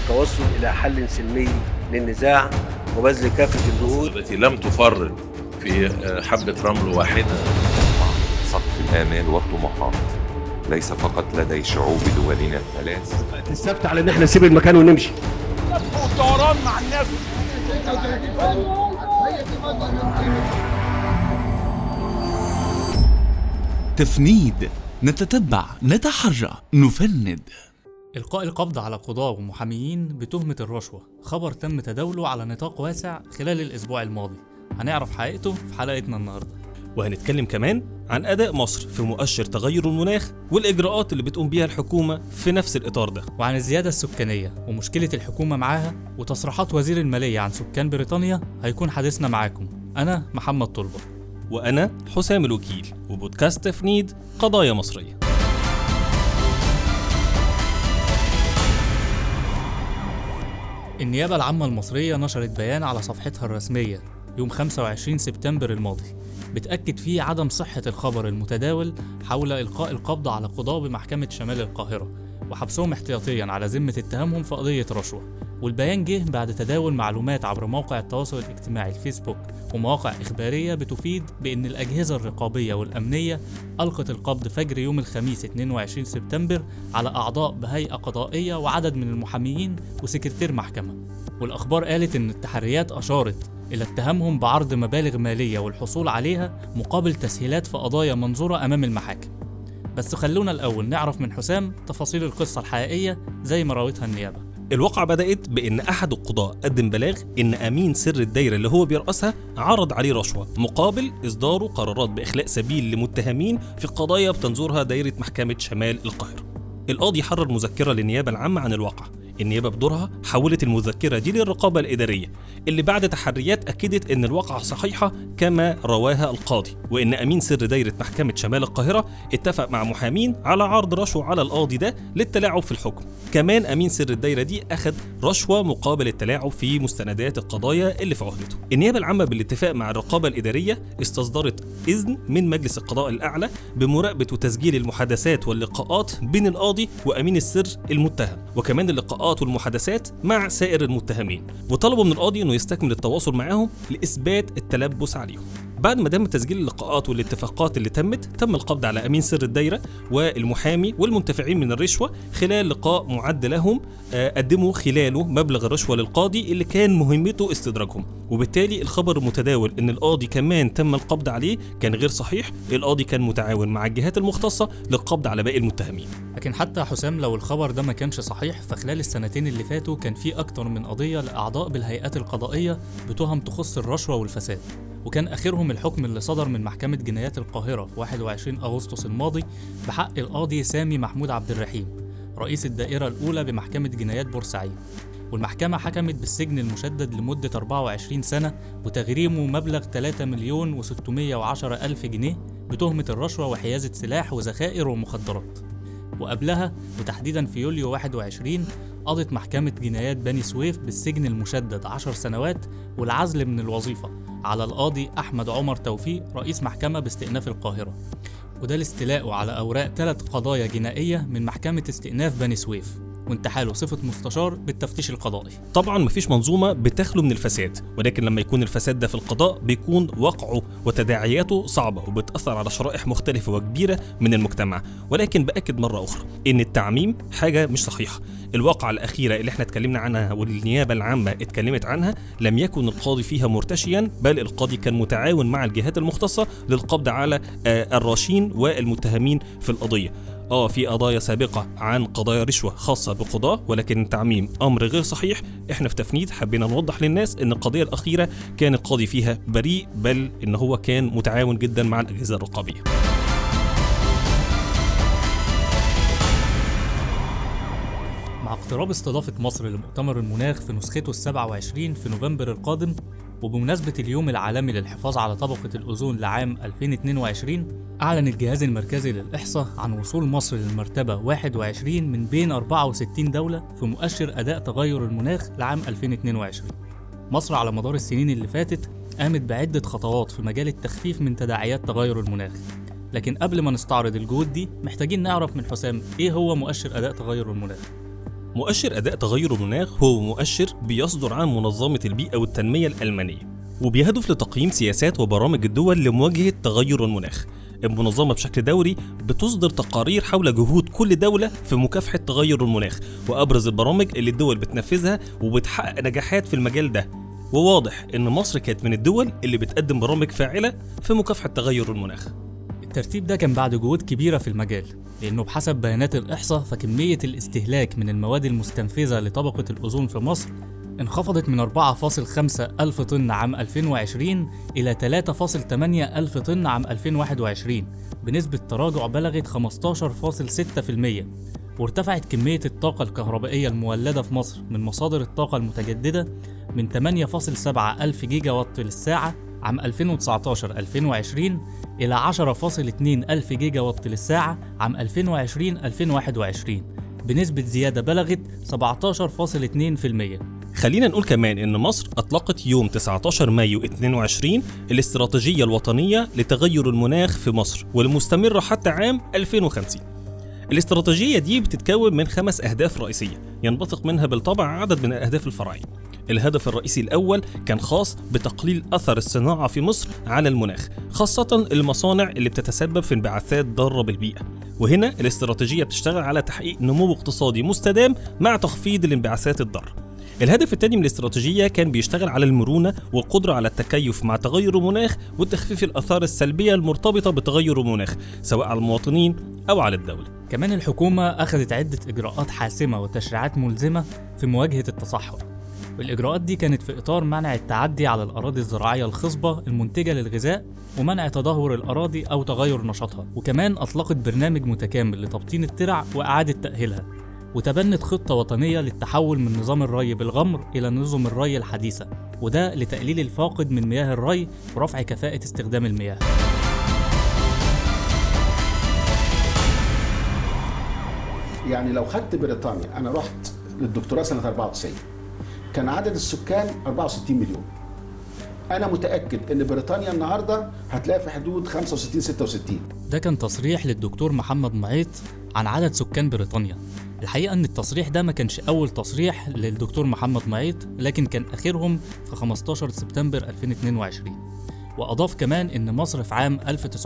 التوصل إلى حل سلمي للنزاع وبذل كافة الجهود التي لم تفرط في حبة رمل واحدة. سقف الآمال والطموحات ليس فقط لدي شعوب دولنا الثلاث. تستفتح على ان احنا نسيب المكان ونمشي. والطيران مع الناس. تفنيد، نتتبع، نتحرى، نفند. إلقاء القبض على قضاة ومحاميين بتهمة الرشوة خبر تم تداوله على نطاق واسع خلال الأسبوع الماضي. هنعرف حقيقته في حلقتنا النهاردة، وهنتكلم كمان عن أداء مصر في مؤشر تغير المناخ والإجراءات اللي بتقوم بيها الحكومة في نفس الإطار ده، وعن الزيادة السكانية ومشكلة الحكومة معاها وتصريحات وزير المالية عن سكان بريطانيا. هيكون حديثنا معاكم أنا محمد طلبة، وأنا حسام الوكيل، وبودكاست تفنيد قضايا مصرية. النيابة العامة المصرية نشرت بيان على صفحتها الرسمية يوم 25 سبتمبر الماضي بتأكد فيه عدم صحة الخبر المتداول حول إلقاء القبض على قضاة بمحكمة شمال القاهرة وحبسهم احتياطيا على ذمة اتهامهم في قضية رشوة. والبيان جه بعد تداول معلومات عبر موقع التواصل الاجتماعي الفيسبوك ومواقع إخبارية بتفيد بأن الأجهزة الرقابية والأمنية ألقت القبض فجر يوم الخميس 22 سبتمبر على أعضاء بهيئة قضائية وعدد من المحاميين وسكرتير محكمة. والأخبار قالت أن التحريات أشارت إلى اتهامهم بعرض مبالغ مالية والحصول عليها مقابل تسهيلات في قضايا منظورة أمام المحاكم. بس خلونا الأول نعرف من حسام تفاصيل القصة الحقيقية زي ما راوتها النيابة. الواقعة بدأت بأن أحد القضاة قدم بلاغ إن أمين سر الدايرة اللي هو بيرأسها عرض عليه رشوة مقابل إصداره قرارات بإخلاء سبيل لمتهمين في قضايا بتنظرها دايرة محكمة شمال القاهرة. القاضي حرر مذكرة للنيابة العامة عن الواقعة. النيابة بدورها حولت المذكرة دي للرقابة الإدارية اللي بعد تحريات أكدت إن الواقعة صحيحة كما رواها القاضي، وإن أمين سر دايرة محكمة شمال القاهرة اتفق مع محامين على عرض رشوة على القاضي ده للتلاعب في الحكم. كمان أمين سر الدايرة دي أخذ رشوة مقابل التلاعب في مستندات القضايا اللي في عهدته. النيابة العامة بالاتفاق مع الرقابة الإدارية استصدرت إذن من مجلس القضاء الأعلى بمراقبة وتسجيل المحادثات واللقاءات بين القاضي وأمين السر المتهم، وكمان اللقاءات والمحادثات مع سائر المتهمين، وطلبوا من القاضي انه يستكمل التواصل معهم لاثبات التلبس عليهم. بعد ما تم تسجيل اللقاءات والاتفاقات اللي تم القبض على امين سر الدايره والمحامي والمنتفعين من الرشوه خلال لقاء معد لهم قدموا خلاله مبلغ الرشوه للقاضي اللي كان مهمته استدراجهم، وبالتالي الخبر المتداول ان القاضي كمان تم القبض عليه كان غير صحيح. القاضي كان متعاون مع الجهات المختصه للقبض على باقي المتهمين. لكن حتى حسام لو الخبر ده ما كانش صحيح، فخلال السنتين اللي فاتوا كان في أكتر من قضية لأعضاء بالهيئات القضائية بتهم تخص الرشوة والفساد، وكان آخرهم الحكم اللي صدر من محكمة جنايات القاهرة في 21 أغسطس الماضي بحق القاضي سامي محمود عبد الرحيم رئيس الدائرة الأولى بمحكمة جنايات بورسعيد. والمحكمة حكمت بالسجن المشدد لمدة 24 سنة وتغريمه مبلغ 3,610,000 جنيه بتهمة الرشوة وحيازة سلاح وذخائر ومخدرات. وقبلها وتحديدا في يوليو 21 قضت محكمة جنايات بني سويف بالسجن المشدد 10 سنوات والعزل من الوظيفة على القاضي أحمد عمر توفيق رئيس محكمة باستئناف القاهرة، وده لاستيلائه على أوراق 3 قضايا جنائية من محكمة استئناف بني سويف وانتحاله صفة مستشار بالتفتيش القضائي. طبعا مفيش منظومة بتخلو من الفساد، ولكن لما يكون الفساد ده في القضاء بيكون وقعه وتداعياته صعبة وبتأثر على شرائح مختلفة وكبيرة من المجتمع. ولكن بأكد مرة أخرى إن التعميم حاجة مش صحيحة. الواقعة الأخيرة اللي احنا اتكلمنا عنها والنيابة العامة اتكلمت عنها لم يكن القاضي فيها مرتشيا، بل القاضي كان متعاون مع الجهات المختصة للقبض على الراشين والمتهمين في القضية. في قضايا سابقة عن قضايا رشوة خاصة بقضاء، ولكن التعميم أمر غير صحيح. احنا في تفنيد حبينا نوضح للناس ان القضية الأخيرة كان القاضي فيها بريء، بل ان هو كان متعاون جدا مع الأجهزة الرقابية. مع اقتراب استضافة مصر لمؤتمر المناخ في نسخته 27 في نوفمبر القادم، وبمناسبة اليوم العالمي للحفاظ على طبقة الأوزون لعام 2022، أعلن الجهاز المركزي للإحصاء عن وصول مصر للمرتبة 21 من بين 64 دولة في مؤشر أداء تغير المناخ لعام 2022. مصر على مدار السنين اللي فاتت قامت بعدة خطوات في مجال التخفيف من تداعيات تغير المناخ، لكن قبل ما نستعرض الجهود دي محتاجين نعرف من حسام إيه هو مؤشر أداء تغير المناخ. مؤشر أداء تغير المناخ هو مؤشر بيصدر عن منظمة البيئة والتنمية الألمانية، وبيهدف لتقييم سياسات وبرامج الدول لمواجهة تغير المناخ. المنظمة بشكل دوري بتصدر تقارير حول جهود كل دولة في مكافحة تغير المناخ وأبرز البرامج اللي الدول بتنفذها وبتحقق نجاحات في المجال ده. وواضح إن مصر كانت من الدول اللي بتقدم برامج فاعلة في مكافحة تغير المناخ. الترتيب ده كان بعد جهود كبيرة في المجال، لأنه بحسب بيانات الإحصاء فكمية الاستهلاك من المواد المستنفذة لطبقة الأوزون في مصر انخفضت من 4.5 ألف طن عام 2020 إلى 3.8 ألف طن عام 2021 بنسبة تراجع بلغت 15.6%. وارتفعت كمية الطاقة الكهربائية المولدة في مصر من مصادر الطاقة المتجددة من 8.7 ألف جيجا وات للساعة عام 2019-2020 إلى 10.2 ألف جيجا وات للساعة عام 2020-2021 بنسبة زيادة بلغت 17.2%. خلينا نقول كمان إن مصر أطلقت يوم 19 مايو 22 الاستراتيجية الوطنية لتغير المناخ في مصر والمستمرة حتى عام 2050. الاستراتيجية دي بتتكون من 5 أهداف رئيسية ينبثق منها بالطبع عدد من الأهداف الفرعية. الهدف الرئيسي الأول كان خاص بتقليل أثر الصناعة في مصر على المناخ، خاصة المصانع اللي بتتسبب في انبعاثات ضارة بالبيئة. وهنا الاستراتيجية بتشتغل على تحقيق نمو اقتصادي مستدام مع تخفيض الانبعاثات الضارة. الهدف الثاني من الاستراتيجية كان بيشتغل على المرونة والقدرة على التكيف مع تغير المناخ وتخفيف الآثار السلبية المرتبطة بتغير المناخ سواء على المواطنين أو على الدولة. كمان الحكومة أخذت عدة إجراءات حاسمة وتشريعات ملزمة في مواجهة التصحر، والإجراءات دي كانت في إطار منع التعدي على الأراضي الزراعية الخصبة المنتجة للغذاء ومنع تدهور الأراضي أو تغير نشاطها. وكمان أطلقت برنامج متكامل لتبطين الترع وإعادة تأهيلها، وتبنت خطة وطنية للتحول من نظام الري بالغمر إلى نظم الري الحديثة، وده لتقليل الفاقد من مياه الري ورفع كفاءة استخدام المياه. يعني لو خدت بريطانيا، أنا رحت للدكتوراه سنة 94 كان عدد السكان 64 مليون. أنا متأكد إن بريطانيا النهاردة هتلاقي في حدود 65-66. ده كان تصريح للدكتور محمد معيط عن عدد سكان بريطانيا. الحقيقة إن التصريح ده ما كانش أول تصريح للدكتور محمد معيط، لكن كان آخرهم في 15 سبتمبر 2022. وأضاف كمان إن مصر في عام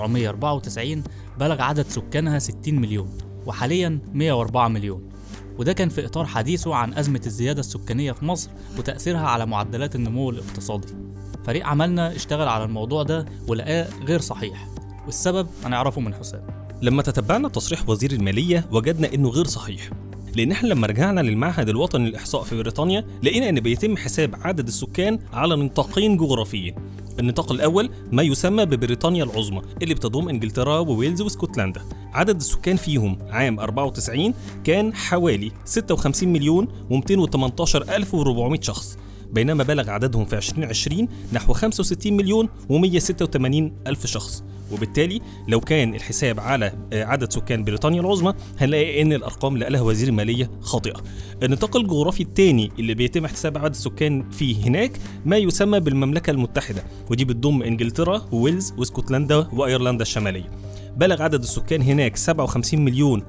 1994 بلغ عدد سكانها 60 مليون وحالياً 104 مليون، وده كان في إطار حديثه عن أزمة الزيادة السكانية في مصر وتأثيرها على معدلات النمو الاقتصادي. فريق عملنا اشتغل على الموضوع ده ولقاه غير صحيح، والسبب هنعرفه من حسام. لما تتبعنا تصريح وزير المالية وجدنا إنه غير صحيح، لأن احنا لما رجعنا للمعهد الوطني للإحصاء في بريطانيا لقينا إن بيتم حساب عدد السكان على نطاقين جغرافيين. النطاق الأول ما يسمى ببريطانيا العظمى اللي بتضم إنجلترا وويلز واسكتلندا. عدد السكان فيهم عام 94 كان حوالي 56 مليون و218 ألف و400 شخص، بينما بلغ عددهم في 2020 نحو 65 مليون و186 ألف شخص. وبالتالي لو كان الحساب على عدد سكان بريطانيا العظمى هنلاقي ان الارقام اللي قالها وزير الماليه خاطئه. النطاق الجغرافي الثاني اللي بيتم حساب عدد السكان فيه هناك ما يسمى بالمملكه المتحده، ودي بتضم انجلترا وويلز واسكتلندا وايرلندا الشماليه. بلغ عدد السكان هناك 57 مليون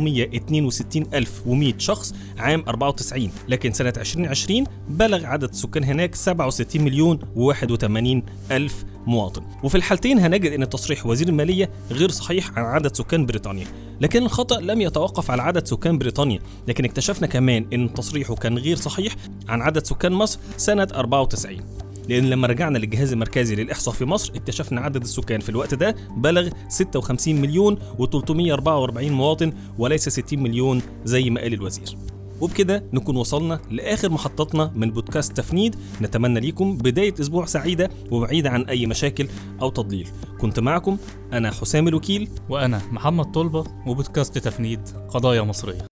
و862 ألف و100 شخص عام 94، لكن سنة 2020 بلغ عدد السكان هناك 67 مليون و81 ألف مواطن. وفي الحالتين هنجد أن تصريح وزير المالية غير صحيح عن عدد سكان بريطانيا، لكن الخطأ لم يتوقف على عدد سكان بريطانيا، لكن اكتشفنا كمان أن تصريحه كان غير صحيح عن عدد سكان مصر سنة 94. لأن لما رجعنا للجهاز المركزي للإحصاء في مصر اكتشفنا عدد السكان في الوقت ده بلغ 56 مليون و344 مواطن وليس 60 مليون زي ما قال الوزير. وبكده نكون وصلنا لآخر محطتنا من بودكاست تفنيد. نتمنى ليكم بداية أسبوع سعيدة وبعيدة عن أي مشاكل أو تضليل. كنت معكم أنا حسام الوكيل وأنا محمد طلبة، وبودكاست تفنيد قضايا مصرية.